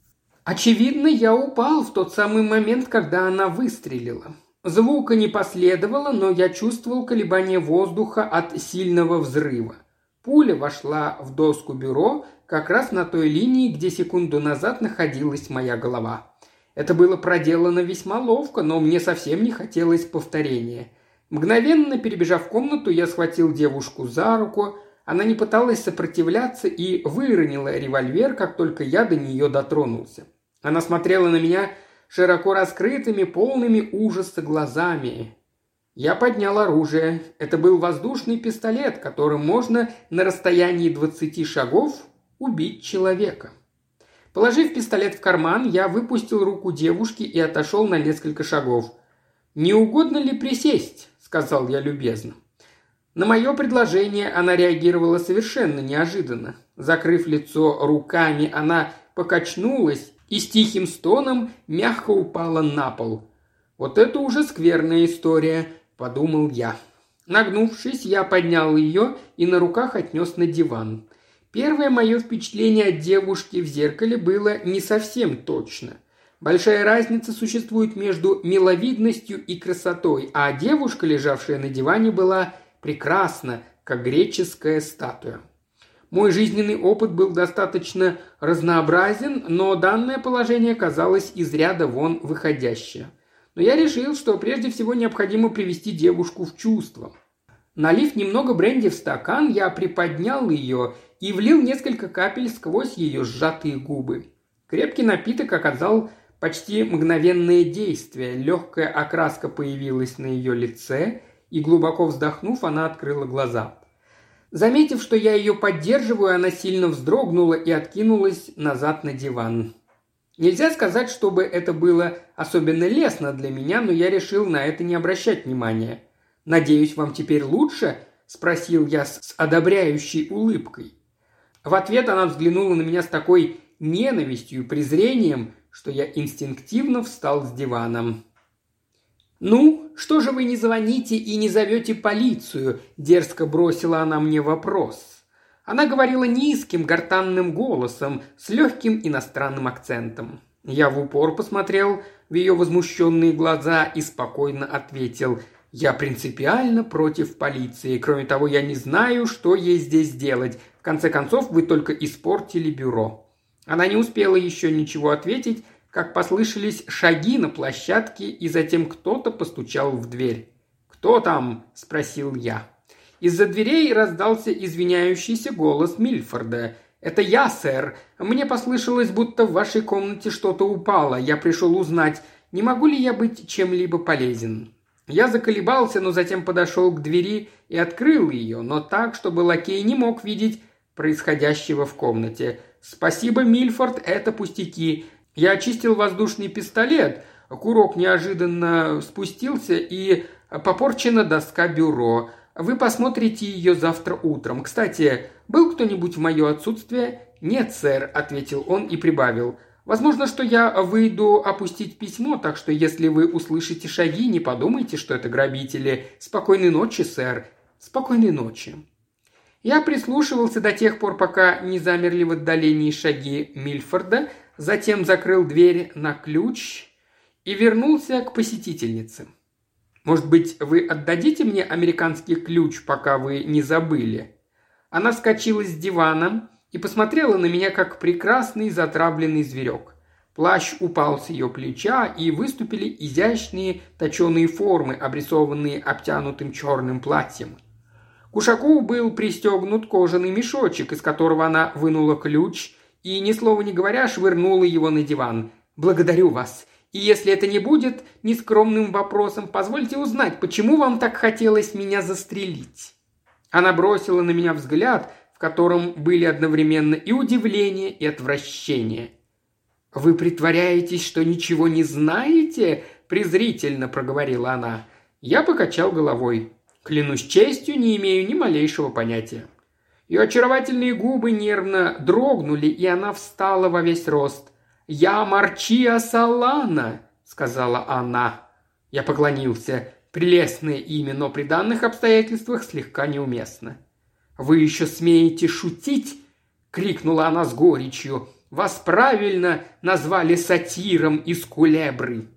Очевидно, я упал в тот самый момент, когда она выстрелила. Звука не последовало, но я чувствовал колебание воздуха от сильного взрыва. Пуля вошла в доску бюро как раз на той линии, где секунду назад находилась моя голова. Это было проделано весьма ловко, но мне совсем не хотелось повторения. Мгновенно перебежав комнату, я схватил девушку за руку. Она не пыталась сопротивляться и выронила револьвер, как только я до нее дотронулся. Она смотрела на меня широко раскрытыми, полными ужаса глазами. Я поднял оружие. Это был воздушный пистолет, которым можно на расстоянии двадцати шагов убить человека. Положив пистолет в карман, я выпустил руку девушки и отошел на несколько шагов. «Не угодно ли присесть?» – сказал я любезно. На мое предложение она реагировала совершенно неожиданно. Закрыв лицо руками, она покачнулась и с тихим стоном мягко упала на пол. «Вот это уже скверная история», – подумал я. Нагнувшись, я поднял ее и на руках отнес на диван. Первое мое впечатление от девушки в зеркале было не совсем точно. Большая разница существует между миловидностью и красотой, а девушка, лежавшая на диване, была прекрасна, как греческая статуя. Мой жизненный опыт был достаточно разнообразен, но данное положение казалось из ряда вон выходящее. Но я решил, что прежде всего необходимо привести девушку в чувство. Налив немного бренди в стакан, я приподнял ее и влил несколько капель сквозь ее сжатые губы. Крепкий напиток оказал почти мгновенное действие. Легкая окраска появилась на ее лице, и, глубоко вздохнув, она открыла глаза. Заметив, что я ее поддерживаю, она сильно вздрогнула и откинулась назад на диван. Нельзя сказать, чтобы это было особенно лестно для меня, но я решил на это не обращать внимания. «Надеюсь, вам теперь лучше?» – спросил я с одобряющей улыбкой. В ответ она взглянула на меня с такой ненавистью и презрением, что я инстинктивно встал с дивана. «Ну, что же вы не звоните и не зовете полицию?» – дерзко бросила она мне вопрос. Она говорила низким гортанным голосом с легким иностранным акцентом. Я в упор посмотрел в ее возмущенные глаза и спокойно ответил: «Я принципиально против полиции. Кроме того, я не знаю, что ей здесь делать. В конце концов, вы только испортили бюро». Она не успела еще ничего ответить, как послышались шаги на площадке, и затем кто-то постучал в дверь. «Кто там?» – спросил я. Из-за дверей раздался извиняющийся голос Мильфорда. «Это я, сэр. Мне послышалось, будто в вашей комнате что-то упало. Я пришел узнать, не могу ли я быть чем-либо полезен». Я заколебался, но затем подошел к двери и открыл ее, но так, чтобы лакей не мог видеть происходящего в комнате. «Спасибо, Мильфорд, это пустяки. Я очистил воздушный пистолет. Курок неожиданно спустился, и попорчена доска бюро. Вы посмотрите ее завтра утром. Кстати, был кто-нибудь в мое отсутствие?» «Нет, сэр», – ответил он и прибавил. «Возможно, что я выйду опустить письмо, так что если вы услышите шаги, не подумайте, что это грабители. Спокойной ночи, сэр. Спокойной ночи». Я прислушивался до тех пор, пока не замерли в отдалении шаги Мильфорда, затем закрыл дверь на ключ и вернулся к посетительнице. «Может быть, вы отдадите мне американский ключ, пока вы не забыли?» Она вскочила с дивана и посмотрела на меня, как прекрасный затравленный зверек. Плащ упал с ее плеча, и выступили изящные точеные формы, обрисованные обтянутым черным платьем. К ушаку был пристегнут кожаный мешочек, из которого она вынула ключ и, ни слова не говоря, швырнула его на диван. «Благодарю вас. И если это не будет нескромным вопросом, позвольте узнать, почему вам так хотелось меня застрелить?» Она бросила на меня взгляд, в котором были одновременно и удивление, и отвращение. «Вы притворяетесь, что ничего не знаете?» – презрительно проговорила она. Я покачал головой. «Клянусь честью, не имею ни малейшего понятия». Ее очаровательные губы нервно дрогнули, и она встала во весь рост. «Я Марчия Салана», – сказала она. Я поклонился. Прелестное имя, но при данных обстоятельствах слегка неуместно. «Вы еще смеете шутить?» – крикнула она с горечью. «Вас правильно назвали сатиром из Кулебры».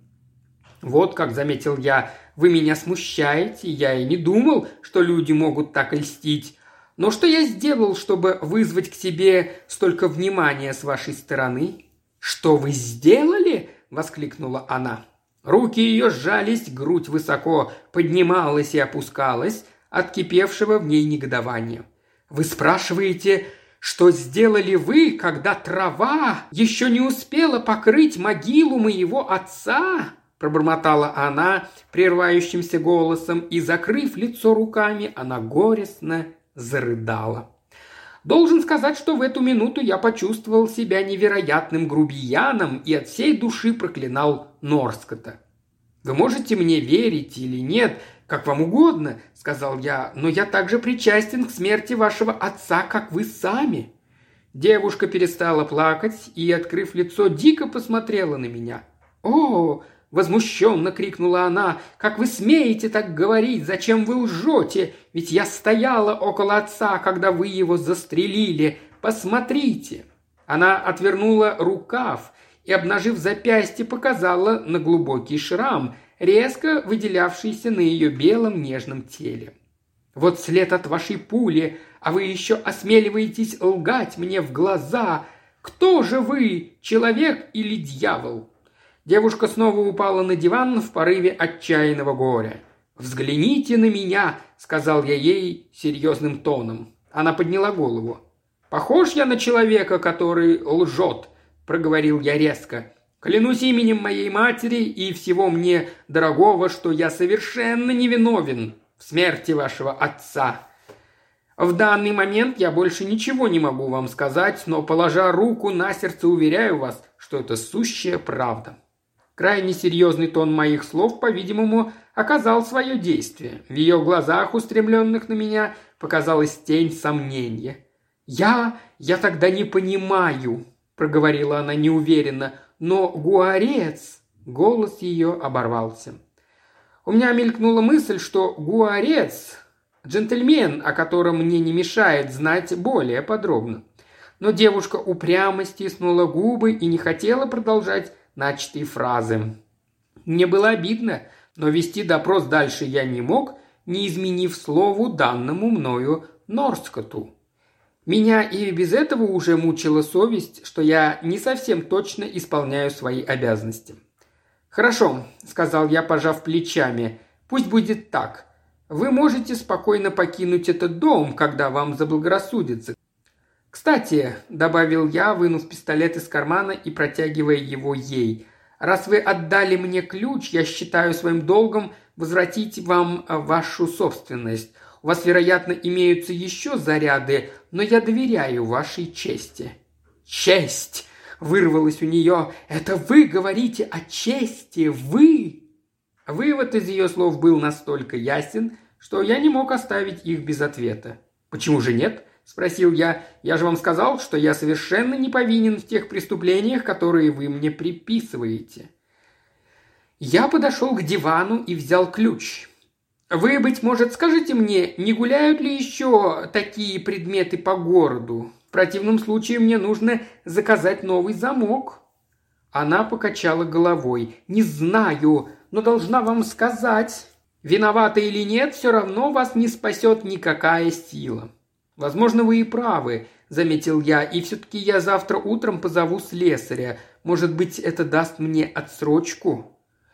«Вот как», – заметил я, – «вы меня смущаете, я и не думал, что люди могут так льстить. Но что я сделал, чтобы вызвать к себе столько внимания с вашей стороны?» «Что вы сделали?» – воскликнула она. Руки ее сжались, грудь высоко поднималась и опускалась от кипевшего в ней негодования. «Вы спрашиваете, что сделали вы, когда трава еще не успела покрыть могилу моего отца?» Пробормотала она прерывающимся голосом, и, закрыв лицо руками, она горестно зарыдала. Должен сказать, что в эту минуту я почувствовал себя невероятным грубияном и от всей души проклинал Норскотта. «Вы можете мне верить или нет, как вам угодно», — сказал я, — «но я также причастен к смерти вашего отца, как вы сами». Девушка перестала плакать и, открыв лицо, дико посмотрела на меня. «О!» – возмущенно крикнула она. «Как вы смеете так говорить? Зачем вы лжете? Ведь я стояла около отца, когда вы его застрелили. Посмотрите!» Она отвернула рукав и, обнажив запястье, показала на глубокий шрам, резко выделявшийся на ее белом нежном теле. «Вот след от вашей пули, а вы еще осмеливаетесь лгать мне в глаза. Кто же вы, человек или дьявол?» Девушка снова упала на диван в порыве отчаянного горя. «Взгляните на меня», – сказал я ей серьезным тоном. Она подняла голову. «Похож я на человека, который лжет», – проговорил я резко. «Клянусь именем моей матери и всего мне дорогого, что я совершенно невиновен в смерти вашего отца. В данный момент я больше ничего не могу вам сказать, но, положа руку на сердце, уверяю вас, что это сущая правда». Крайне серьезный тон моих слов, по-видимому, оказал свое действие. В ее глазах, устремленных на меня, показалась тень сомнения. «Я... я тогда не понимаю», – проговорила она неуверенно, – «но Гуарец...» Голос ее оборвался. У меня мелькнула мысль, что Гуарец – джентльмен, о котором мне не мешает знать более подробно. Но девушка упрямо стиснула губы и не хотела продолжать начатые фразы. Мне было обидно, но вести допрос дальше я не мог, не изменив слову данному мною Норскоту. Меня и без этого уже мучила совесть, что я не совсем точно исполняю свои обязанности. «Хорошо», – сказал я, пожав плечами, – «пусть будет так. Вы можете спокойно покинуть этот дом, когда вам заблагорассудится. Кстати», – добавил я, вынув пистолет из кармана и протягивая его ей, – «раз вы отдали мне ключ, я считаю своим долгом возвратить вам вашу собственность. У вас, вероятно, имеются еще заряды, но я доверяю вашей чести». «Честь!» – вырвалось у нее. «Это вы говорите о чести! Вы!» Вывод из ее слов был настолько ясен, что я не мог оставить их без ответа. «Почему же нет?» – спросил я. «Я же вам сказал, что я совершенно не повинен в тех преступлениях, которые вы мне приписываете». Я подошел к дивану и взял ключ. «Вы, быть может, скажете мне, не гуляют ли еще такие предметы по городу? В противном случае мне нужно заказать новый замок». Она покачала головой. «Не знаю, но должна вам сказать. Виновата или нет, все равно вас не спасет никакая сила». «Возможно, вы и правы», – заметил я, – «и все-таки я завтра утром позову слесаря. Может быть, это даст мне отсрочку?»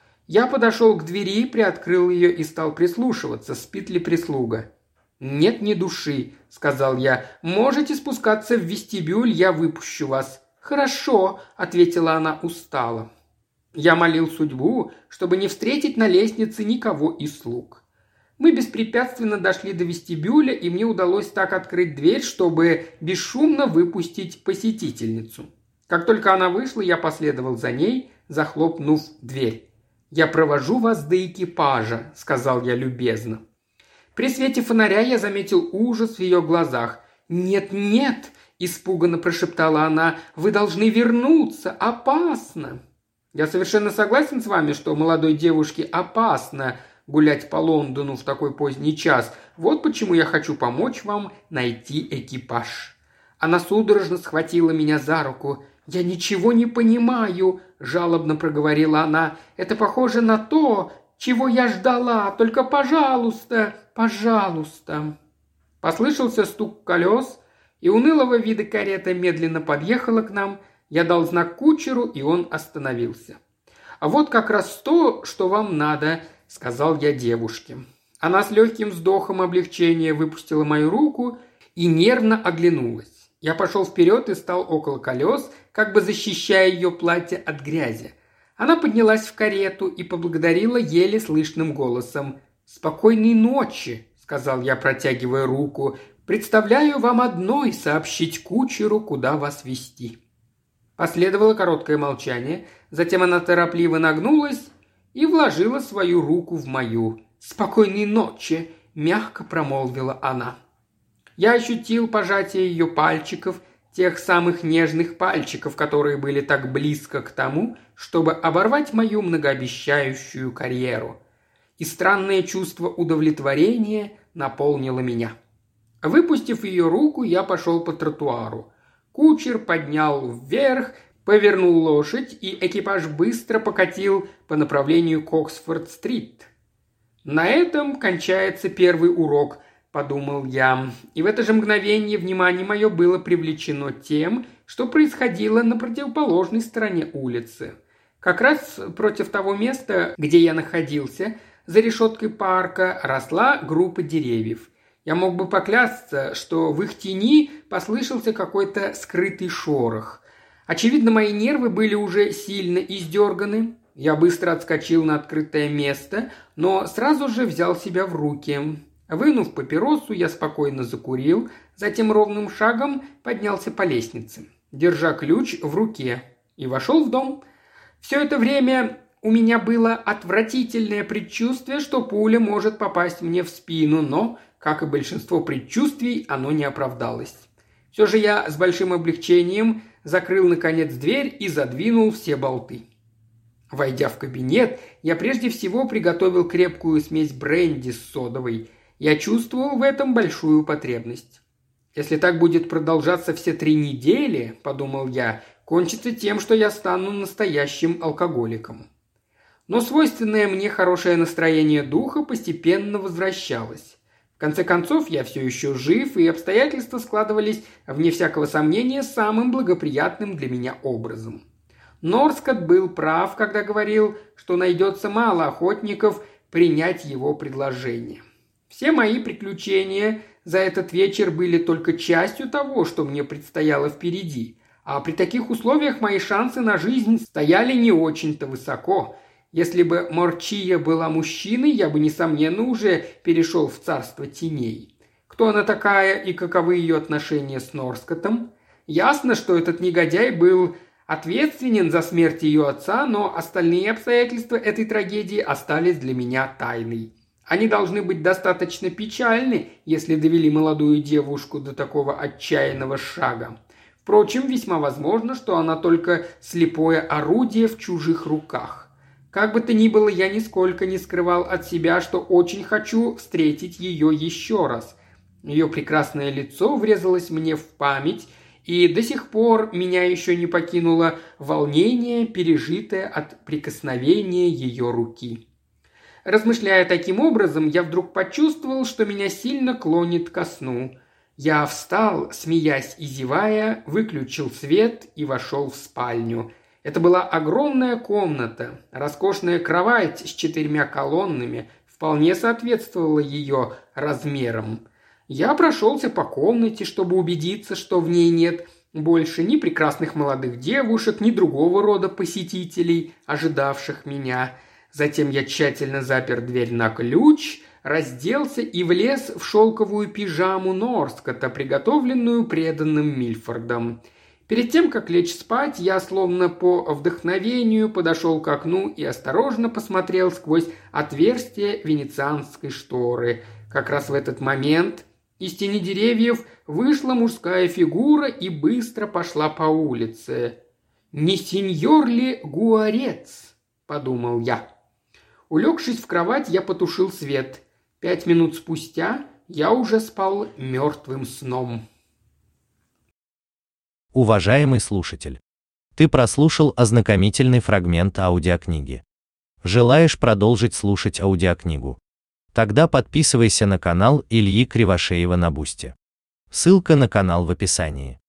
Я подошел к двери, приоткрыл ее и стал прислушиваться, спит ли прислуга. «Нет ни души», – сказал я. «Можете спускаться в вестибюль, я выпущу вас». «Хорошо», – ответила она устало. Я молил судьбу, чтобы не встретить на лестнице никого из слуг. Мы беспрепятственно дошли до вестибюля, и мне удалось так открыть дверь, чтобы бесшумно выпустить посетительницу. Как только она вышла, я последовал за ней, захлопнув дверь. «Я провожу вас до экипажа», – сказал я любезно. При свете фонаря я заметил ужас в ее глазах. «Нет, нет», – испуганно прошептала она, – «вы должны вернуться, опасно». «Я совершенно согласен с вами, что молодой девушке опасно гулять по Лондону в такой поздний час. Вот почему я хочу помочь вам найти экипаж». Она судорожно схватила меня за руку. «Я ничего не понимаю», – жалобно проговорила она. «Это похоже на то, чего я ждала. Только, пожалуйста, пожалуйста». Послышался стук колес, и унылого вида карета медленно подъехала к нам. Я дал знак кучеру, и он остановился. «А вот как раз то, что вам надо», – сказал я девушке. Она с легким вздохом облегчения выпустила мою руку и нервно оглянулась. Я пошел вперед и стал около колес, как бы защищая ее платье от грязи. Она поднялась в карету и поблагодарила еле слышным голосом. «Спокойной ночи», – сказал я, протягивая руку. «Представляю вам одной сообщить кучеру, куда вас везти». Последовало короткое молчание, затем она торопливо нагнулась и вложила свою руку в мою. «Спокойной ночи», – мягко промолвила она. Я ощутил пожатие ее пальчиков, тех самых нежных пальчиков, которые были так близко к тому, чтобы оборвать мою многообещающую карьеру. И странное чувство удовлетворения наполнило меня. Выпустив ее руку, я пошел по тротуару. Кучер поднял вверх, повернул лошадь, и экипаж быстро покатил по направлению к Оксфорд-стрит. «На этом кончается первый урок», – подумал я, и в это же мгновение внимание мое было привлечено тем, что происходило на противоположной стороне улицы. Как раз против того места, где я находился, за решеткой парка росла группа деревьев. Я мог бы поклясться, что в их тени послышался какой-то скрытый шорох. Очевидно, мои нервы были уже сильно издерганы. Я быстро отскочил на открытое место, но сразу же взял себя в руки. Вынув папиросу, я спокойно закурил, затем ровным шагом поднялся по лестнице, держа ключ в руке, и вошел в дом. Все это время у меня было отвратительное предчувствие, что пуля может попасть мне в спину, но, как и большинство предчувствий, оно не оправдалось. Все же я с большим облегчением закрыл, наконец, дверь и задвинул все болты. Войдя в кабинет, я прежде всего приготовил крепкую смесь бренди с содовой. Я чувствовал в этом большую потребность. «Если так будет продолжаться все три недели, — подумал я, — кончится тем, что я стану настоящим алкоголиком». Но свойственное мне хорошее настроение духа постепенно возвращалось. В конце концов, я все еще жив, и обстоятельства складывались, вне всякого сомнения, самым благоприятным для меня образом. Норскотт был прав, когда говорил, что найдется мало охотников принять его предложение. Все мои приключения за этот вечер были только частью того, что мне предстояло впереди, а при таких условиях мои шансы на жизнь стояли не очень-то высоко. Если бы Морчия была мужчиной, я бы, несомненно, уже перешел в царство теней. Кто она такая и каковы ее отношения с Норскоттом? Ясно, что этот негодяй был ответственен за смерть ее отца, но остальные обстоятельства этой трагедии остались для меня тайной. Они должны быть достаточно печальны, если довели молодую девушку до такого отчаянного шага. Впрочем, весьма возможно, что она только слепое орудие в чужих руках. Как бы то ни было, я нисколько не скрывал от себя, что очень хочу встретить ее еще раз. Ее прекрасное лицо врезалось мне в память, и до сих пор меня еще не покинуло волнение, пережитое от прикосновения ее руки. Размышляя таким образом, я вдруг почувствовал, что меня сильно клонит ко сну. Я встал, смеясь и зевая, выключил свет и вошел в спальню. Это была огромная комната. Роскошная кровать с четырьмя колоннами вполне соответствовала ее размерам. Я прошелся по комнате, чтобы убедиться, что в ней нет больше ни прекрасных молодых девушек, ни другого рода посетителей, ожидавших меня. Затем я тщательно запер дверь на ключ, разделся и влез в шелковую пижаму Норскотта, приготовленную преданным Мильфордом. Перед тем, как лечь спать, я, словно по вдохновению, подошел к окну и осторожно посмотрел сквозь отверстие венецианской шторы. Как раз в этот момент из тени деревьев вышла мужская фигура и быстро пошла по улице. «Не сеньор ли Гуарец?» – подумал я. Улегшись в кровать, я потушил свет. Пять минут спустя я уже спал мертвым сном. Уважаемый слушатель, ты прослушал ознакомительный фрагмент аудиокниги. Желаешь продолжить слушать аудиокнигу? Тогда подписывайся на канал Ильи Кривошеева на Бусти. Ссылка на канал в описании.